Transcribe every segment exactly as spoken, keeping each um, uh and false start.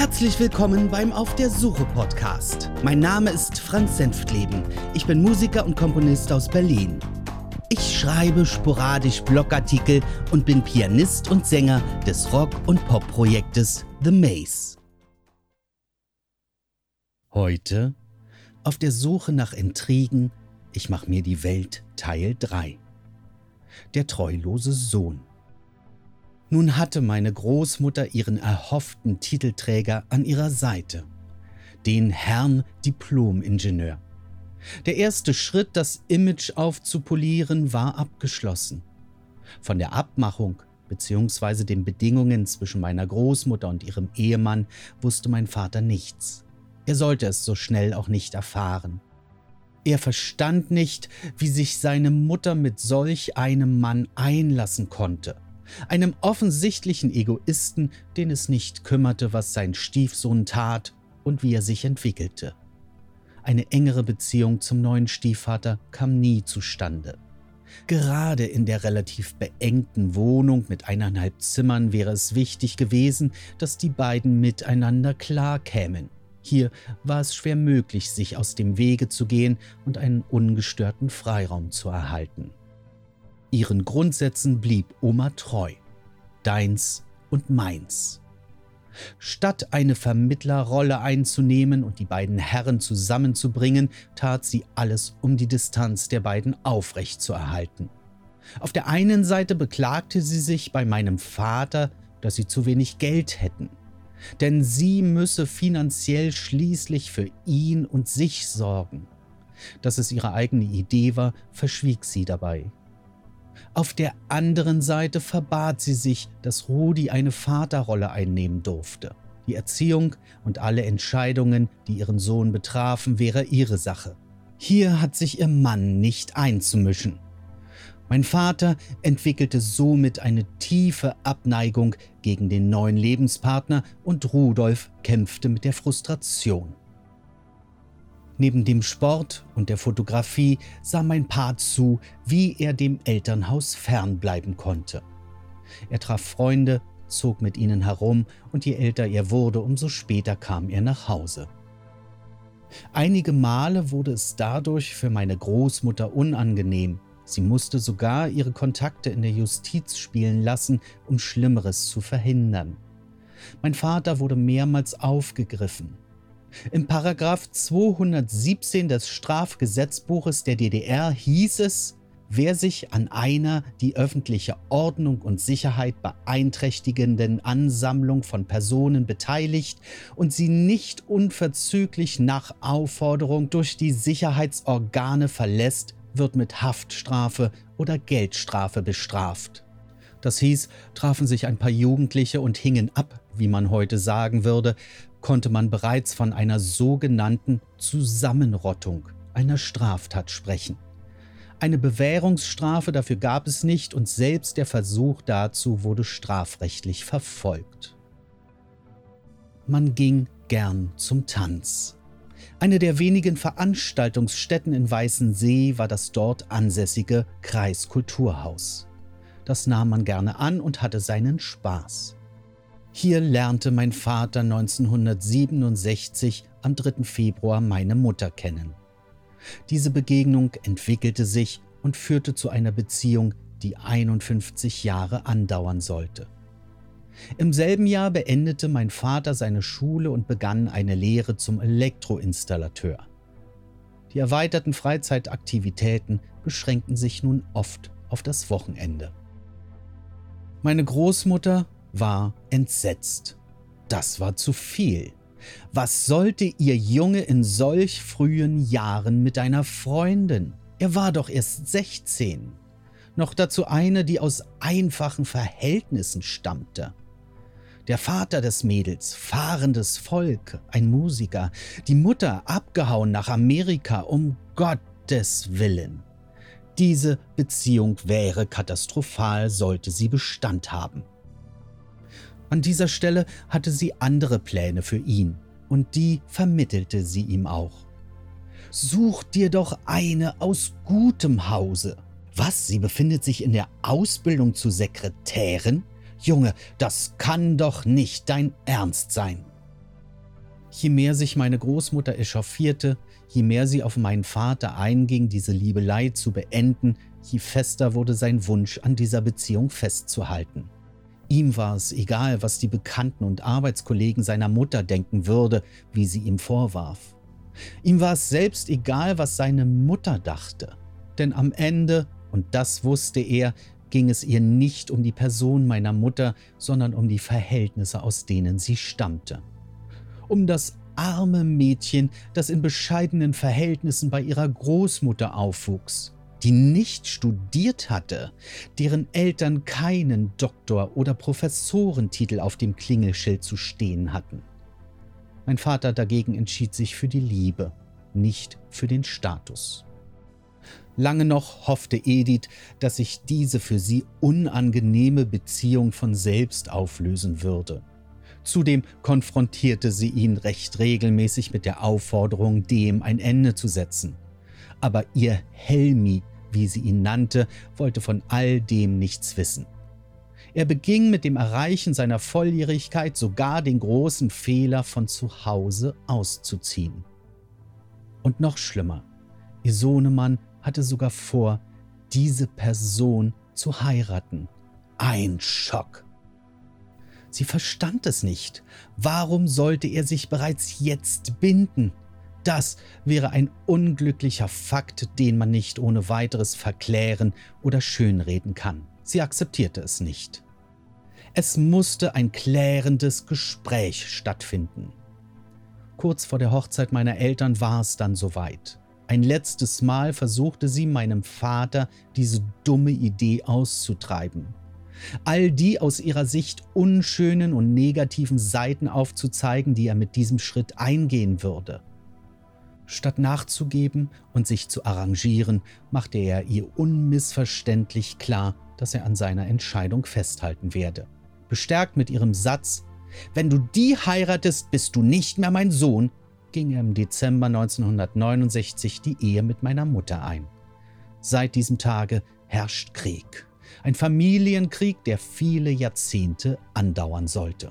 Herzlich willkommen beim Auf der Suche Podcast. Mein Name ist Franz Senftleben. Ich bin Musiker und Komponist aus Berlin. Ich schreibe sporadisch Blogartikel und bin Pianist und Sänger des Rock- und Pop-Projektes The Maze. Heute auf der Suche nach Intrigen, ich mach mir die Welt Teil drei. Der treulose Sohn. Nun hatte meine Großmutter ihren erhofften Titelträger an ihrer Seite, den Herrn Diplom-Ingenieur. Der erste Schritt, das Image aufzupolieren, war abgeschlossen. Von der Abmachung bzw. den Bedingungen zwischen meiner Großmutter und ihrem Ehemann wusste mein Vater nichts. Er sollte es so schnell auch nicht erfahren. Er verstand nicht, wie sich seine Mutter mit solch einem Mann einlassen konnte. Einem offensichtlichen Egoisten, den es nicht kümmerte, was sein Stiefsohn tat und wie er sich entwickelte. Eine engere Beziehung zum neuen Stiefvater kam nie zustande. Gerade in der relativ beengten Wohnung mit eineinhalb Zimmern wäre es wichtig gewesen, dass die beiden miteinander klarkämen. Hier war es schwer möglich, sich aus dem Wege zu gehen und einen ungestörten Freiraum zu erhalten. Ihren Grundsätzen blieb Oma treu, deins und meins. Statt eine Vermittlerrolle einzunehmen und die beiden Herren zusammenzubringen, tat sie alles, um die Distanz der beiden aufrechtzuerhalten. Auf der einen Seite beklagte sie sich bei meinem Vater, dass sie zu wenig Geld hätten, denn sie müsse finanziell schließlich für ihn und sich sorgen. Dass es ihre eigene Idee war, verschwieg sie dabei. Auf der anderen Seite verbat sie sich, dass Rudi eine Vaterrolle einnehmen durfte. Die Erziehung und alle Entscheidungen, die ihren Sohn betrafen, wäre ihre Sache. Hier hat sich ihr Mann nicht einzumischen. Mein Vater entwickelte somit eine tiefe Abneigung gegen den neuen Lebenspartner und Rudolf kämpfte mit der Frustration. Neben dem Sport und der Fotografie sah mein Pa zu, wie er dem Elternhaus fernbleiben konnte. Er traf Freunde, zog mit ihnen herum und je älter er wurde, umso später kam er nach Hause. Einige Male wurde es dadurch für meine Großmutter unangenehm. Sie musste sogar ihre Kontakte in der Justiz spielen lassen, um Schlimmeres zu verhindern. Mein Vater wurde mehrmals aufgegriffen. Im Paragraph zweihundertsiebzehn des Strafgesetzbuches der D D R hieß es, wer sich an einer die öffentliche Ordnung und Sicherheit beeinträchtigenden Ansammlung von Personen beteiligt und sie nicht unverzüglich nach Aufforderung durch die Sicherheitsorgane verlässt, wird mit Haftstrafe oder Geldstrafe bestraft. Das hieß, trafen sich ein paar Jugendliche und hingen ab, wie man heute sagen würde, konnte man bereits von einer sogenannten Zusammenrottung, einer Straftat sprechen. Eine Bewährungsstrafe dafür gab es nicht und selbst der Versuch dazu wurde strafrechtlich verfolgt. Man ging gern zum Tanz. Eine der wenigen Veranstaltungsstätten in Weißensee war das dort ansässige Kreiskulturhaus. Das nahm man gerne an und hatte seinen Spaß. Hier lernte mein Vater neunzehnhundertsiebenundsechzig am dritten Februar meine Mutter kennen. Diese Begegnung entwickelte sich und führte zu einer Beziehung, die einundfünfzig Jahre andauern sollte. Im selben Jahr beendete mein Vater seine Schule und begann eine Lehre zum Elektroinstallateur. Die erweiterten Freizeitaktivitäten beschränkten sich nun oft auf das Wochenende. Meine Großmutter war entsetzt. Das war zu viel. Was sollte ihr Junge in solch frühen Jahren mit einer Freundin? Er war doch erst sechzehn. Noch dazu eine, die aus einfachen Verhältnissen stammte. Der Vater des Mädels, fahrendes Volk, ein Musiker, die Mutter abgehauen nach Amerika, um Gottes Willen. Diese Beziehung wäre katastrophal, sollte sie Bestand haben. An dieser Stelle hatte sie andere Pläne für ihn und die vermittelte sie ihm auch. Such dir doch eine aus gutem Hause. Was, sie befindet sich in der Ausbildung zur Sekretärin? Junge, das kann doch nicht dein Ernst sein. Je mehr sich meine Großmutter echauffierte, je mehr sie auf meinen Vater einging, diese Liebelei zu beenden, je fester wurde sein Wunsch, an dieser Beziehung festzuhalten. Ihm war es egal, was die Bekannten und Arbeitskollegen seiner Mutter denken würde, wie sie ihm vorwarf. Ihm war es selbst egal, was seine Mutter dachte. Denn am Ende, und das wusste er, ging es ihr nicht um die Person meiner Mutter, sondern um die Verhältnisse, aus denen sie stammte. Um das arme Mädchen, das in bescheidenen Verhältnissen bei ihrer Großmutter aufwuchs, die nicht studiert hatte, deren Eltern keinen Doktor- oder Professorentitel auf dem Klingelschild zu stehen hatten. Mein Vater dagegen entschied sich für die Liebe, nicht für den Status. Lange noch hoffte Edith, dass sich diese für sie unangenehme Beziehung von selbst auflösen würde. Zudem konfrontierte sie ihn recht regelmäßig mit der Aufforderung, dem ein Ende zu setzen. Aber ihr Helmi, wie sie ihn nannte, wollte von all dem nichts wissen. Er beging mit dem Erreichen seiner Volljährigkeit sogar den großen Fehler, von zu Hause auszuziehen. Und noch schlimmer, ihr Sohnemann hatte sogar vor, diese Person zu heiraten. Ein Schock! Sie verstand es nicht. Warum sollte er sich bereits jetzt binden? Das wäre ein unglücklicher Fakt, den man nicht ohne weiteres verklären oder schönreden kann. Sie akzeptierte es nicht. Es musste ein klärendes Gespräch stattfinden. Kurz vor der Hochzeit meiner Eltern war es dann soweit. Ein letztes Mal versuchte sie meinem Vater, diese dumme Idee auszutreiben. All die aus ihrer Sicht unschönen und negativen Seiten aufzuzeigen, die er mit diesem Schritt eingehen würde. Statt nachzugeben und sich zu arrangieren, machte er ihr unmissverständlich klar, dass er an seiner Entscheidung festhalten werde. Bestärkt mit ihrem Satz: »Wenn du die heiratest, bist du nicht mehr mein Sohn«, ging er im Dezember neunzehnhundertneunundsechzig die Ehe mit meiner Mutter ein. Seit diesem Tage herrscht Krieg. Ein Familienkrieg, der viele Jahrzehnte andauern sollte.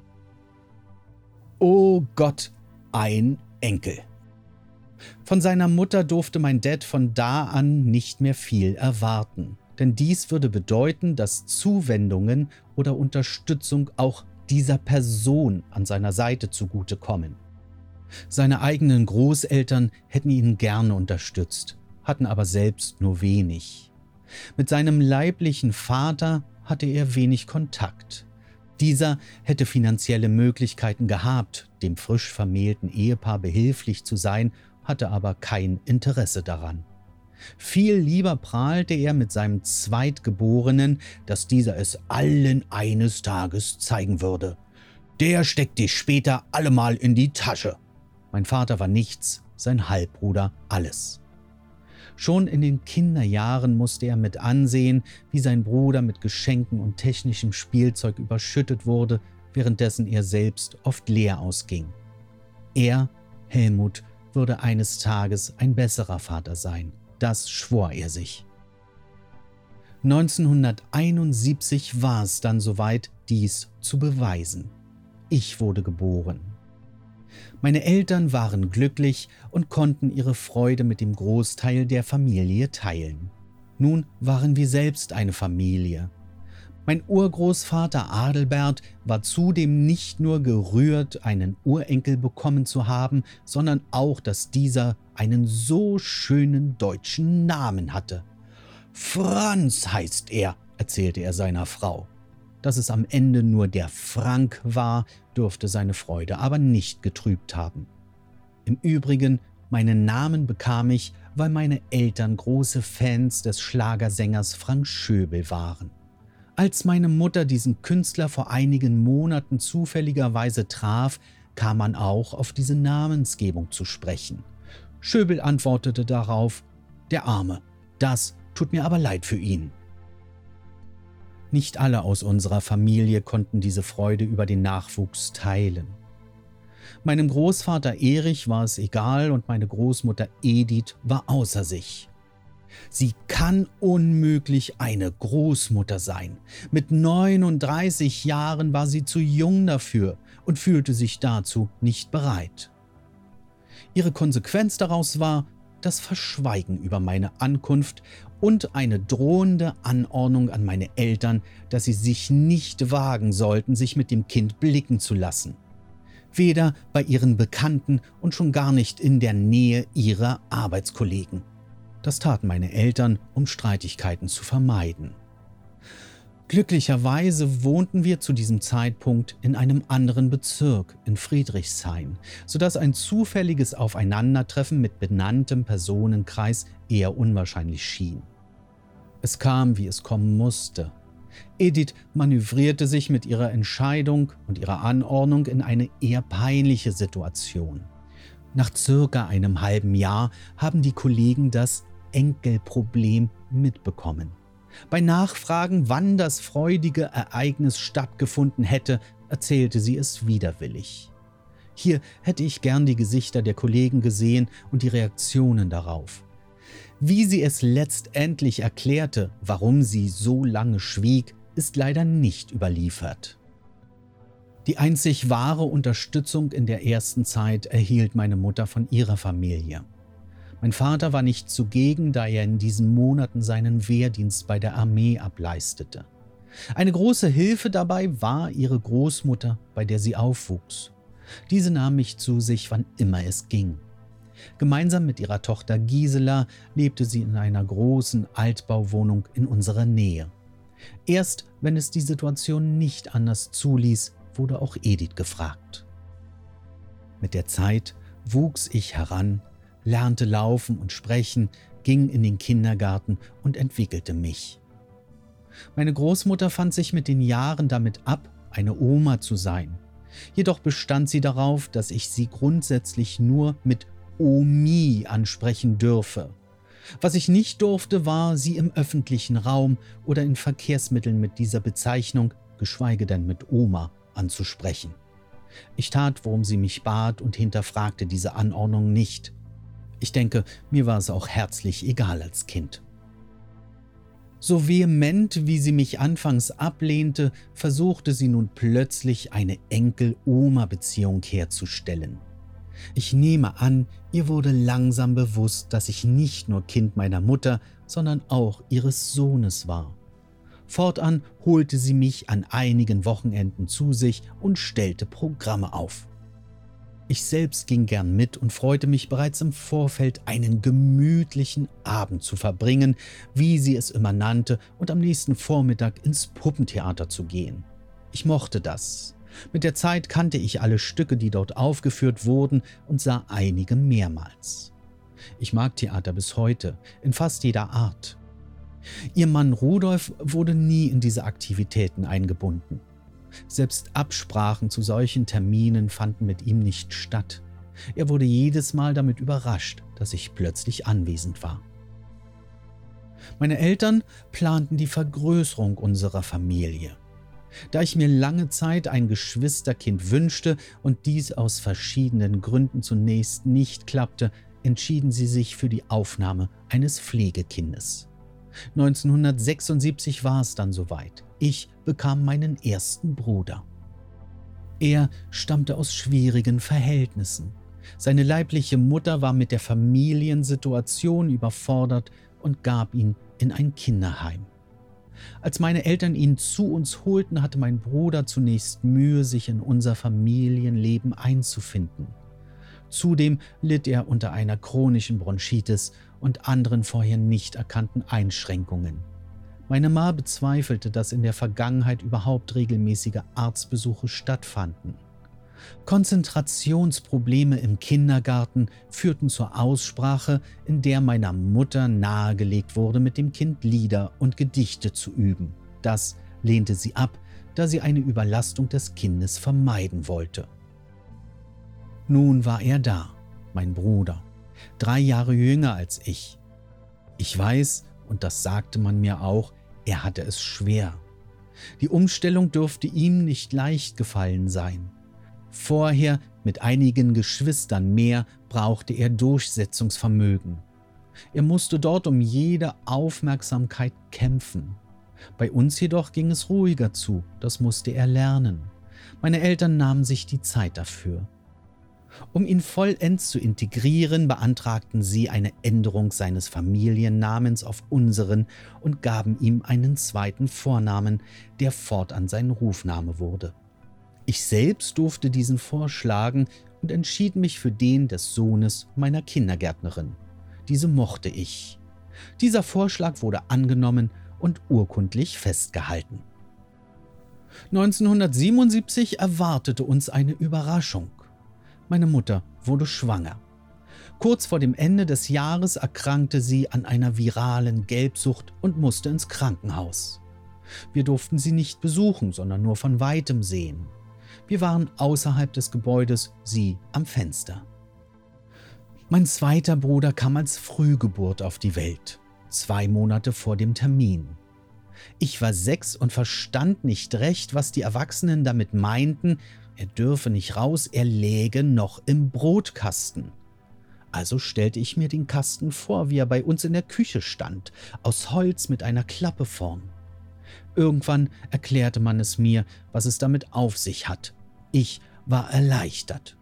Oh Gott, ein Enkel! Von seiner Mutter durfte mein Dad von da an nicht mehr viel erwarten, denn dies würde bedeuten, dass Zuwendungen oder Unterstützung auch dieser Person an seiner Seite zugutekommen. Seine eigenen Großeltern hätten ihn gerne unterstützt, hatten aber selbst nur wenig. Mit seinem leiblichen Vater hatte er wenig Kontakt. Dieser hätte finanzielle Möglichkeiten gehabt, dem frisch vermählten Ehepaar behilflich zu sein, hatte aber kein Interesse daran. Viel lieber prahlte er mit seinem Zweitgeborenen, dass dieser es allen eines Tages zeigen würde. Der steckt dich später allemal in die Tasche. Mein Vater war nichts, sein Halbbruder alles. Schon in den Kinderjahren musste er mit ansehen, wie sein Bruder mit Geschenken und technischem Spielzeug überschüttet wurde, währenddessen er selbst oft leer ausging. Er, Helmut, würde eines Tages ein besserer Vater sein. Das schwor er sich. neunzehnhunderteinundsiebzig war es dann soweit, dies zu beweisen. Ich wurde geboren. Meine Eltern waren glücklich und konnten ihre Freude mit dem Großteil der Familie teilen. Nun waren wir selbst eine Familie. Mein Urgroßvater Adelbert war zudem nicht nur gerührt, einen Urenkel bekommen zu haben, sondern auch, dass dieser einen so schönen deutschen Namen hatte. »Franz heißt er«, erzählte er seiner Frau. Dass es am Ende nur der Frank war, dürfte seine Freude aber nicht getrübt haben. Im Übrigen, meinen Namen bekam ich, weil meine Eltern große Fans des Schlagersängers Frank Schöbel waren. Als meine Mutter diesen Künstler vor einigen Monaten zufälligerweise traf, kam man auch auf diese Namensgebung zu sprechen. Schöbel antwortete darauf: »Der Arme, das tut mir aber leid für ihn.« Nicht alle aus unserer Familie konnten diese Freude über den Nachwuchs teilen. Meinem Großvater Erich war es egal und meine Großmutter Edith war außer sich. Sie kann unmöglich eine Großmutter sein. Mit neununddreißig Jahren war sie zu jung dafür und fühlte sich dazu nicht bereit. Ihre Konsequenz daraus war das Verschweigen über meine Ankunft und eine drohende Anordnung an meine Eltern, dass sie sich nicht wagen sollten, sich mit dem Kind blicken zu lassen. Weder bei ihren Bekannten und schon gar nicht in der Nähe ihrer Arbeitskollegen. Das taten meine Eltern, um Streitigkeiten zu vermeiden. Glücklicherweise wohnten wir zu diesem Zeitpunkt in einem anderen Bezirk in Friedrichshain, sodass ein zufälliges Aufeinandertreffen mit benanntem Personenkreis eher unwahrscheinlich schien. Es kam, wie es kommen musste. Edith manövrierte sich mit ihrer Entscheidung und ihrer Anordnung in eine eher peinliche Situation. Nach circa einem halben Jahr haben die Kollegen das Enkelproblem mitbekommen. Bei Nachfragen, wann das freudige Ereignis stattgefunden hätte, erzählte sie es widerwillig. Hier hätte ich gern die Gesichter der Kollegen gesehen und die Reaktionen darauf. Wie sie es letztendlich erklärte, warum sie so lange schwieg, ist leider nicht überliefert. Die einzig wahre Unterstützung in der ersten Zeit erhielt meine Mutter von ihrer Familie. Mein Vater war nicht zugegen, da er in diesen Monaten seinen Wehrdienst bei der Armee ableistete. Eine große Hilfe dabei war ihre Großmutter, bei der sie aufwuchs. Diese nahm mich zu sich, wann immer es ging. Gemeinsam mit ihrer Tochter Gisela lebte sie in einer großen Altbauwohnung in unserer Nähe. Erst wenn es die Situation nicht anders zuließ, wurde auch Edith gefragt. Mit der Zeit wuchs ich heran, lernte laufen und sprechen, ging in den Kindergarten und entwickelte mich. Meine Großmutter fand sich mit den Jahren damit ab, eine Oma zu sein. Jedoch bestand sie darauf, dass ich sie grundsätzlich nur mit Omi ansprechen dürfe. Was ich nicht durfte, war, sie im öffentlichen Raum oder in Verkehrsmitteln mit dieser Bezeichnung, geschweige denn mit Oma, anzusprechen. Ich tat, worum sie mich bat und hinterfragte diese Anordnung nicht. Ich denke, mir war es auch herzlich egal als Kind. So vehement, wie sie mich anfangs ablehnte, versuchte sie nun plötzlich eine Enkel-Oma-Beziehung herzustellen. Ich nehme an, ihr wurde langsam bewusst, dass ich nicht nur Kind meiner Mutter, sondern auch ihres Sohnes war. Fortan holte sie mich an einigen Wochenenden zu sich und stellte Programme auf. Ich selbst ging gern mit und freute mich bereits im Vorfeld, einen gemütlichen Abend zu verbringen, wie sie es immer nannte, und am nächsten Vormittag ins Puppentheater zu gehen. Ich mochte das. Mit der Zeit kannte ich alle Stücke, die dort aufgeführt wurden, und sah einige mehrmals. Ich mag Theater bis heute, in fast jeder Art. Ihr Mann Rudolf wurde nie in diese Aktivitäten eingebunden. Selbst Absprachen zu solchen Terminen fanden mit ihm nicht statt. Er wurde jedes Mal damit überrascht, dass ich plötzlich anwesend war. Meine Eltern planten die Vergrößerung unserer Familie. Da ich mir lange Zeit ein Geschwisterkind wünschte und dies aus verschiedenen Gründen zunächst nicht klappte, entschieden sie sich für die Aufnahme eines Pflegekindes. neunzehnhundertsechsundsiebzig war es dann soweit. Ich bekam meinen ersten Bruder. Er stammte aus schwierigen Verhältnissen. Seine leibliche Mutter war mit der Familiensituation überfordert und gab ihn in ein Kinderheim. Als meine Eltern ihn zu uns holten, hatte mein Bruder zunächst Mühe, sich in unser Familienleben einzufinden. Zudem litt er unter einer chronischen Bronchitis und anderen vorher nicht erkannten Einschränkungen. Meine Ma bezweifelte, dass in der Vergangenheit überhaupt regelmäßige Arztbesuche stattfanden. Konzentrationsprobleme im Kindergarten führten zur Aussprache, in der meiner Mutter nahegelegt wurde, mit dem Kind Lieder und Gedichte zu üben. Das lehnte sie ab, da sie eine Überlastung des Kindes vermeiden wollte. Nun war er da, mein Bruder, drei Jahre jünger als ich. Ich weiß, und das sagte man mir auch, er hatte es schwer. Die Umstellung dürfte ihm nicht leicht gefallen sein. Vorher, mit einigen Geschwistern mehr, brauchte er Durchsetzungsvermögen. Er musste dort um jede Aufmerksamkeit kämpfen. Bei uns jedoch ging es ruhiger zu, das musste er lernen. Meine Eltern nahmen sich die Zeit dafür. Um ihn vollends zu integrieren, beantragten sie eine Änderung seines Familiennamens auf unseren und gaben ihm einen zweiten Vornamen, der fortan sein Rufname wurde. Ich selbst durfte diesen vorschlagen und entschied mich für den des Sohnes meiner Kindergärtnerin. Diese mochte ich. Dieser Vorschlag wurde angenommen und urkundlich festgehalten. neunzehnhundertsiebenundsiebzig erwartete uns eine Überraschung. Meine Mutter wurde schwanger. Kurz vor dem Ende des Jahres erkrankte sie an einer viralen Gelbsucht und musste ins Krankenhaus. Wir durften sie nicht besuchen, sondern nur von weitem sehen. Wir waren außerhalb des Gebäudes, sie am Fenster. Mein zweiter Bruder kam als Frühgeburt auf die Welt, zwei Monate vor dem Termin. Ich war sechs und verstand nicht recht, was die Erwachsenen damit meinten, er dürfe nicht raus, er läge noch im Brotkasten. Also stellte ich mir den Kasten vor, wie er bei uns in der Küche stand, aus Holz mit einer Klappe vorn. Irgendwann erklärte man es mir, was es damit auf sich hat. Ich war erleichtert.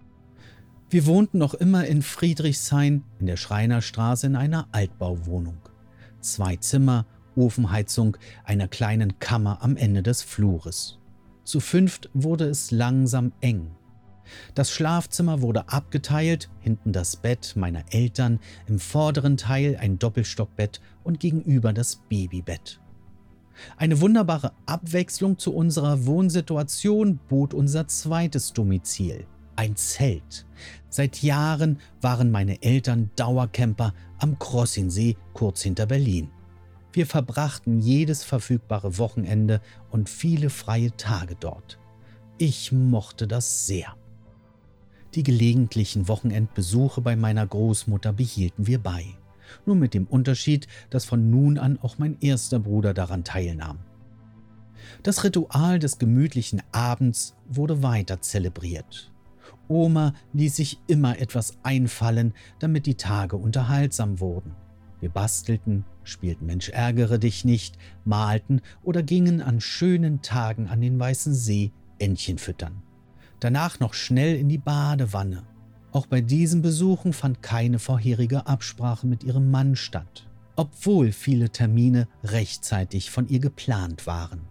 Wir wohnten noch immer in Friedrichshain in der Schreinerstraße in einer Altbauwohnung. Zwei Zimmer, Ofenheizung, einer kleinen Kammer am Ende des Flures. Zu fünft wurde es langsam eng. Das Schlafzimmer wurde abgeteilt, hinten das Bett meiner Eltern, im vorderen Teil ein Doppelstockbett und gegenüber das Babybett. Eine wunderbare Abwechslung zu unserer Wohnsituation bot unser zweites Domizil, ein Zelt. Seit Jahren waren meine Eltern Dauercamper am Krossinsee, kurz hinter Berlin. Wir verbrachten jedes verfügbare Wochenende und viele freie Tage dort. Ich mochte das sehr. Die gelegentlichen Wochenendbesuche bei meiner Großmutter behielten wir bei. Nur mit dem Unterschied, dass von nun an auch mein erster Bruder daran teilnahm. Das Ritual des gemütlichen Abends wurde weiter zelebriert. Oma ließ sich immer etwas einfallen, damit die Tage unterhaltsam wurden. Wir bastelten, spielten Mensch ärgere dich nicht, malten oder gingen an schönen Tagen an den Weißen See Entchen füttern. Danach noch schnell in die Badewanne. Auch bei diesen Besuchen fand keine vorherige Absprache mit ihrem Mann statt, obwohl viele Termine rechtzeitig von ihr geplant waren.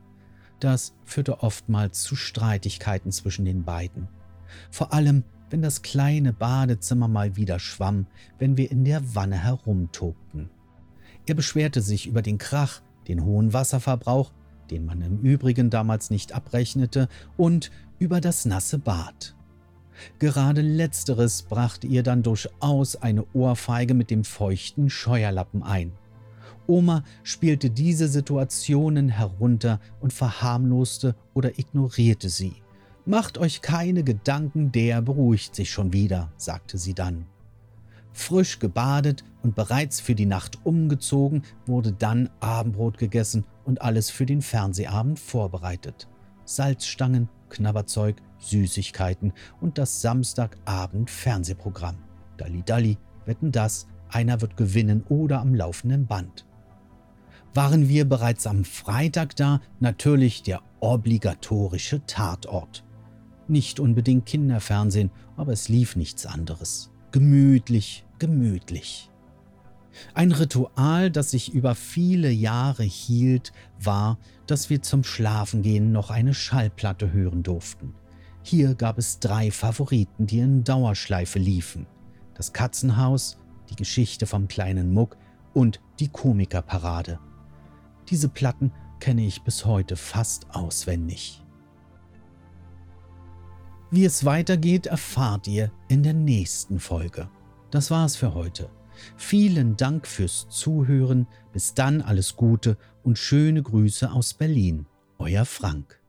Das führte oftmals zu Streitigkeiten zwischen den beiden. Vor allem, wenn das kleine Badezimmer mal wieder schwamm, wenn wir in der Wanne herumtobten. Er beschwerte sich über den Krach, den hohen Wasserverbrauch, den man im Übrigen damals nicht abrechnete, und über das nasse Bad. Gerade letzteres brachte ihr dann durchaus eine Ohrfeige mit dem feuchten Scheuerlappen ein. Oma spielte diese Situationen herunter und verharmloste oder ignorierte sie. »Macht euch keine Gedanken, der beruhigt sich schon wieder«, sagte sie dann. Frisch gebadet und bereits für die Nacht umgezogen, wurde dann Abendbrot gegessen und alles für den Fernsehabend vorbereitet. Salzstangen, Knabberzeug, Süßigkeiten und das Samstagabend-Fernsehprogramm. Dalli-Dalli, Wetten, dass, einer wird gewinnen oder am laufenden Band. Waren wir bereits am Freitag da, natürlich der obligatorische Tatort. Nicht unbedingt Kinderfernsehen, aber es lief nichts anderes. Gemütlich, gemütlich. Ein Ritual, das sich über viele Jahre hielt, war, dass wir zum Schlafengehen noch eine Schallplatte hören durften. Hier gab es drei Favoriten, die in Dauerschleife liefen. Das Katzenhaus, die Geschichte vom kleinen Muck und die Komikerparade. Diese Platten kenne ich bis heute fast auswendig. Wie es weitergeht, erfahrt ihr in der nächsten Folge. Das war's für heute. Vielen Dank fürs Zuhören. Bis dann alles Gute und schöne Grüße aus Berlin. Euer Frank.